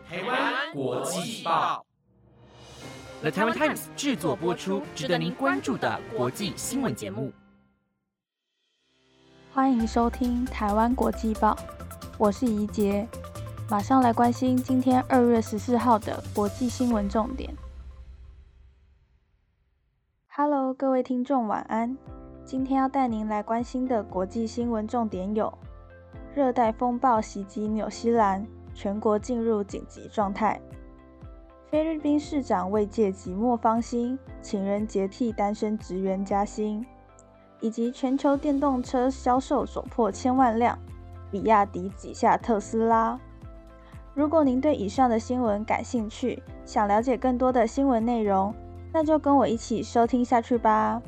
台湾国际报 The Taiwan Times 制作播出，值得您关注的国际新闻节目。 欢迎收听台湾国际报，我是怡杰，马上来关心今天2月14号的国际新闻重点。Hello， 各位听众晚安。今天要带您来关心的国际新闻重点有：热带风暴袭击纽西兰，全国进入紧急状态；菲律宾市长为借寂寞芳心，情人节替单身职员加薪；以及全球电动车销售首破1000万辆，比亚迪挤下特斯拉。如果您对以上的新闻感兴趣，想了解更多的新闻内容，那就跟我一起收听下去吧。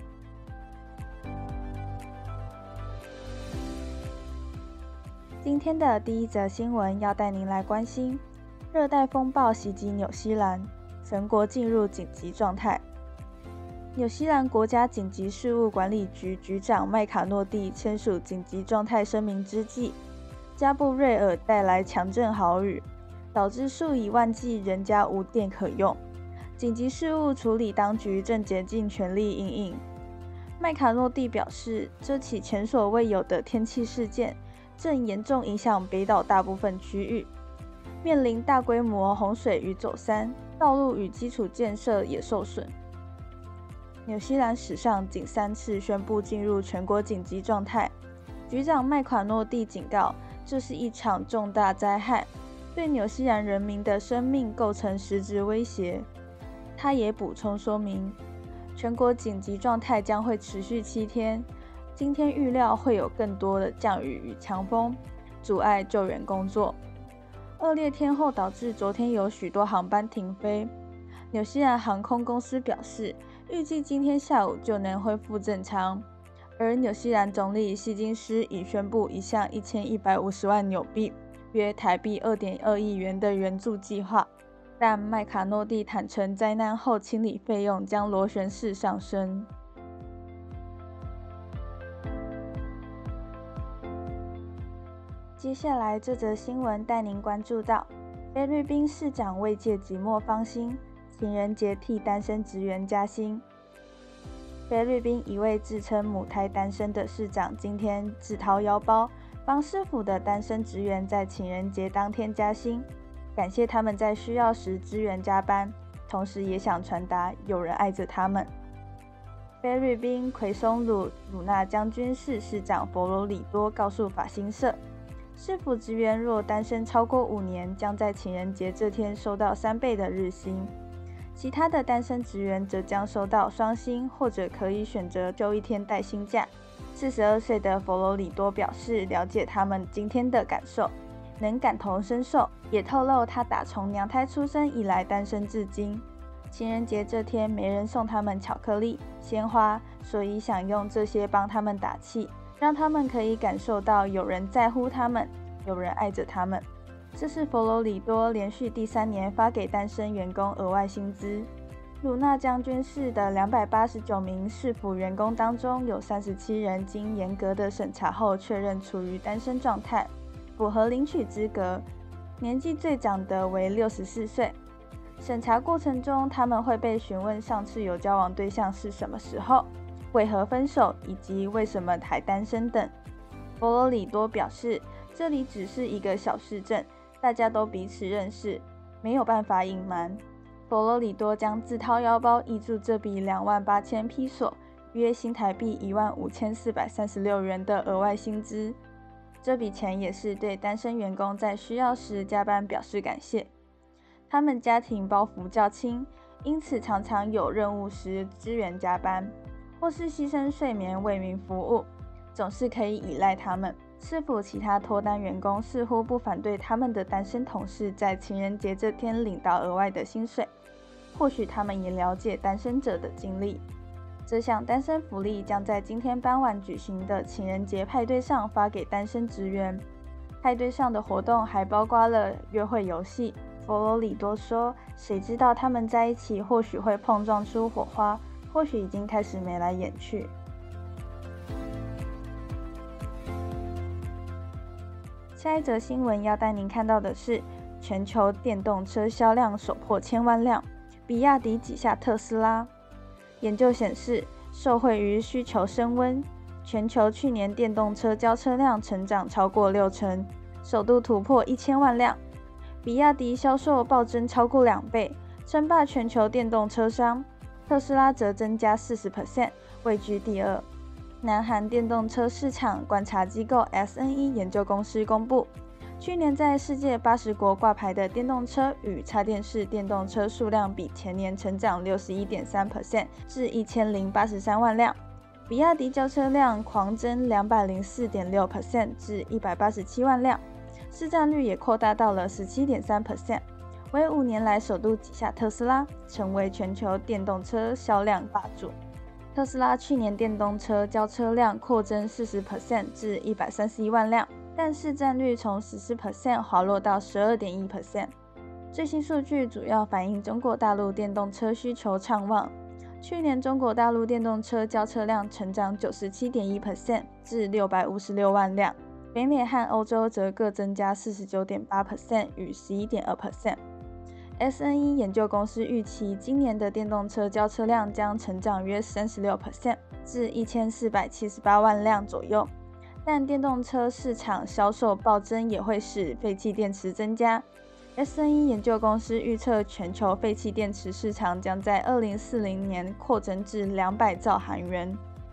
今天的第一则新闻要带您来关心：热带风暴袭击纽西兰，全国进入紧急状态。纽西兰国家紧急事务管理局局长麦卡诺蒂签署紧急状态声明之际，加布瑞尔带来强阵豪雨，导致数以万计人家无电可用。紧急事务处理当局正竭尽全力因应。麦卡诺蒂表示，这起前所未有的天气事件正严重影响北岛大部分区域，面临大规模洪水与走山，道路与基础建设也受损。纽西兰史上仅3次宣布进入全国紧急状态。局长麦卡诺蒂警告，这是一场重大灾害，对纽西兰人民的生命构成实质威胁。他也补充说明，全国紧急状态将会持续7天。今天预料会有更多的降雨与强风，阻碍救援工作。恶劣天候导致昨天有许多航班停飞。纽西兰航空公司表示，预计今天下午就能恢复正常。而纽西兰总理希金斯已宣布一项1150万纽币（约台币2.2亿元）的援助计划，但麦卡诺蒂坦承灾难后清理费用将螺旋式上升。接下来这则新闻带您关注到，菲律宾市长为借寂寞芳心，情人节替单身职员加薪。菲律宾一位自称母胎单身的市长今天自掏腰包，帮市府的单身职员在情人节当天加薪，感谢他们在需要时支援加班，同时也想传达有人爱着他们。菲律宾奎松鲁纳将军市市长佛罗里多告诉法新社，市府职员若单身超过5年，将在情人节这天收到3倍的日薪；其他的单身职员则将收到双薪，或者可以选择休1天带薪假。42岁的佛罗里多表示，了解他们今天的感受，能感同身受，也透露他打从娘胎出生以来单身至今。情人节这天没人送他们巧克力、鲜花，所以想用这些帮他们打气，让他们可以感受到有人在乎他们，有人爱着他们。这是佛罗里多连续第3年发给单身员工额外薪资。鲁纳将军市的289名市府员工当中，有37人经严格的审查后确认处于单身状态，符合领取资格。年纪最长的为64岁。审查过程中，他们会被询问上次有交往对象是什么时候，为何分手，以及为什么还单身等。佛罗里多表示，这里只是一个小市镇，大家都彼此认识，没有办法隐瞒。佛罗里多将自掏腰包挹注这笔28000披索，约新台币15436元的额外薪资。这笔钱也是对单身员工在需要时加班表示感谢。他们家庭包袱较轻，因此常常有任务时支援加班，或是牺牲睡眠为民服务，总是可以依赖他们。市府其他脱单员工似乎不反对他们的单身同事在情人节这天领到额外的薪水，或许他们也了解单身者的经历。这项单身福利将在今天傍晚举行的情人节派对上发给单身职员。派对上的活动还包括了约会游戏。佛罗里多说，谁知道他们在一起或许会碰撞出火花，或许已经开始眉来眼去。下一则新闻要带您看到的是， 全球电动车销量首破1000万辆，比亚迪挤下特斯拉。研究显示，受惠于需求升温，全球去年电动车交车量成长超过60%，首度突破1000万辆。比亚迪销售暴增超过2倍，称霸全球电动车商。特斯拉则增加40%，位居第二。南韩电动车市场观察机构 SNE 研究公司公布，去年在世界80国挂牌的电动车与插电式电动车数量比前年成长 61.3% 至1083万辆，比亚迪交车量狂增 204.6% 至187万辆，市占率也扩大到了 17.3%， 为5年来首度挤下特斯拉，成为全球电动车销量霸主。特斯拉去年电动车交车量扩增 40% 至131万辆，但市占率从 14% 滑落到 12.1%。 最新数据主要反映中国大陆电动车需求畅旺，去年中国大陆电动车交车量成长 97.1% 至656万辆，北美和欧洲则各增加 49.8% 与 11.2%。SNE 研究公司预期今年的电动车交车量将成长约 36% 至1478万辆左右，但电动车市场销售暴增也会使废弃电池增加。SNE 研究公司预测全球废弃电池市场将在2040年扩增至200兆韩元。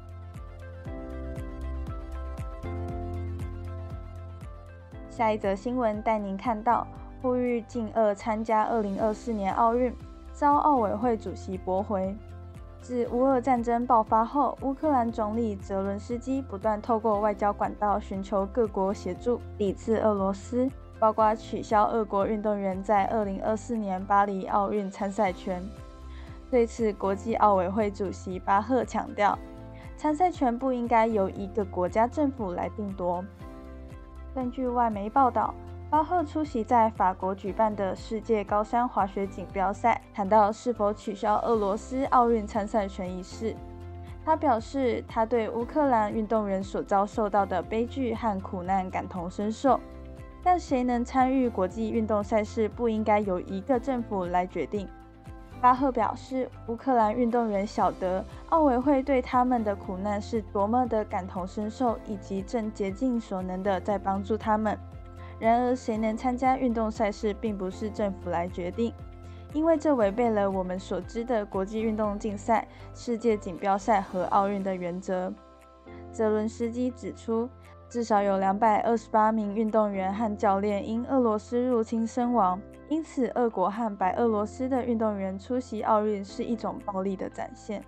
下一则新闻带您看到，呼吁禁俄参加2024年奥运，遭奥委会主席驳回。自乌俄战争爆发后，乌克兰总理泽伦斯基不断透过外交管道寻求各国协助抵制俄罗斯，包括取消俄国运动员在2024年巴黎奥运参赛权。对此，国际奥委会主席巴赫强调，参赛权不应该由一个国家政府来定夺。根据外媒报道，巴赫出席在法国举办的世界高山滑雪锦标赛，谈到是否取消俄罗斯奥运参赛权一事。他表示，他对乌克兰运动员所遭受到的悲剧和苦难感同身受，但谁能参与国际运动赛事不应该由一个政府来决定。巴赫表示，乌克兰运动员晓得奥委会对他们的苦难是多么的感同身受，以及正竭尽所能的在帮助他们。然而，谁能参加运动赛事并不是政府来决定，因为这违背了我们所知的国际运动竞赛、世界锦标赛和奥运的原则。泽伦斯基指出，至少有228名运动员和教练因俄罗斯入侵身亡，因此俄国和白俄罗斯的运动员出席奥运是一种暴力的展现。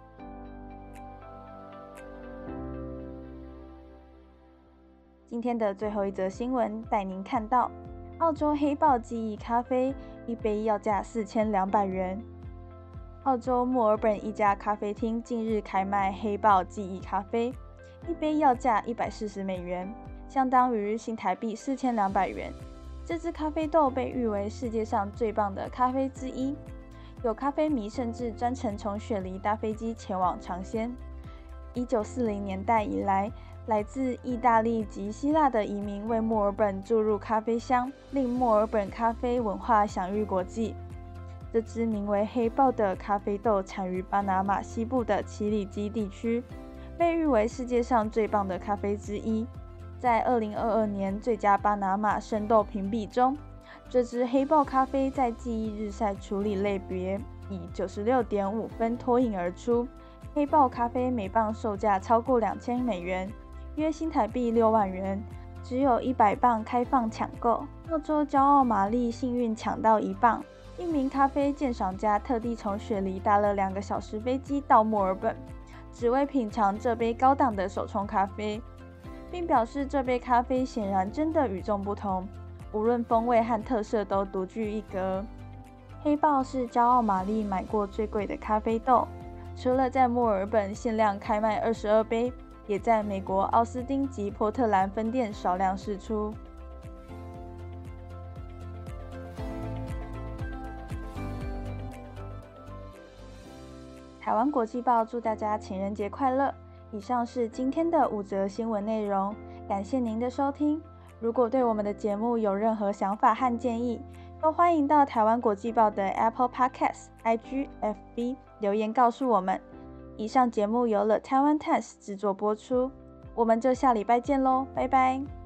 今天的最后一则新闻带您看到，澳洲黑豹记忆咖啡一杯要价4200元。澳洲墨尔本一家咖啡厅近日开卖黑豹记忆咖啡，一杯要价$140，相当于新台币4200元。这支咖啡豆被誉为世界上最棒的咖啡之一，有咖啡迷甚至专程从雪梨搭飞机前往尝鲜。1940年代以来，来自意大利及希腊的移民为墨尔本注入咖啡香，令墨尔本咖啡文化享誉国际。这支名为黑豹的咖啡豆产于巴拿马西部的奇里基地区，被誉为世界上最棒的咖啡之一。在2022年最佳巴拿马生豆评比中，这支黑豹咖啡在记忆日晒处理类别以96.5分脱颖而出。黑豹咖啡每磅售价超过$2000，约新台币6万元，只有100磅开放抢购。澳洲骄傲玛丽幸运抢到1磅，一名咖啡鉴赏家特地从雪梨搭了2个小时飞机到墨尔本，只为品尝这杯高档的手冲咖啡，并表示这杯咖啡显然真的与众不同，无论风味和特色都独具一格。黑豹是骄傲玛丽买过最贵的咖啡豆，除了在墨尔本限量开卖22杯，也在美国奥斯汀及波特兰分店少量释出。台湾国际报祝大家情人节快乐！以上是今天的5则新闻内容，感谢您的收听。如果对我们的节目有任何想法和建议， 都欢迎到台湾国际报的 Apple Podcast、IG、FB 留言告诉我们。以上节目由了台湾 Times 制作播出，我们就下礼拜见喽，拜拜。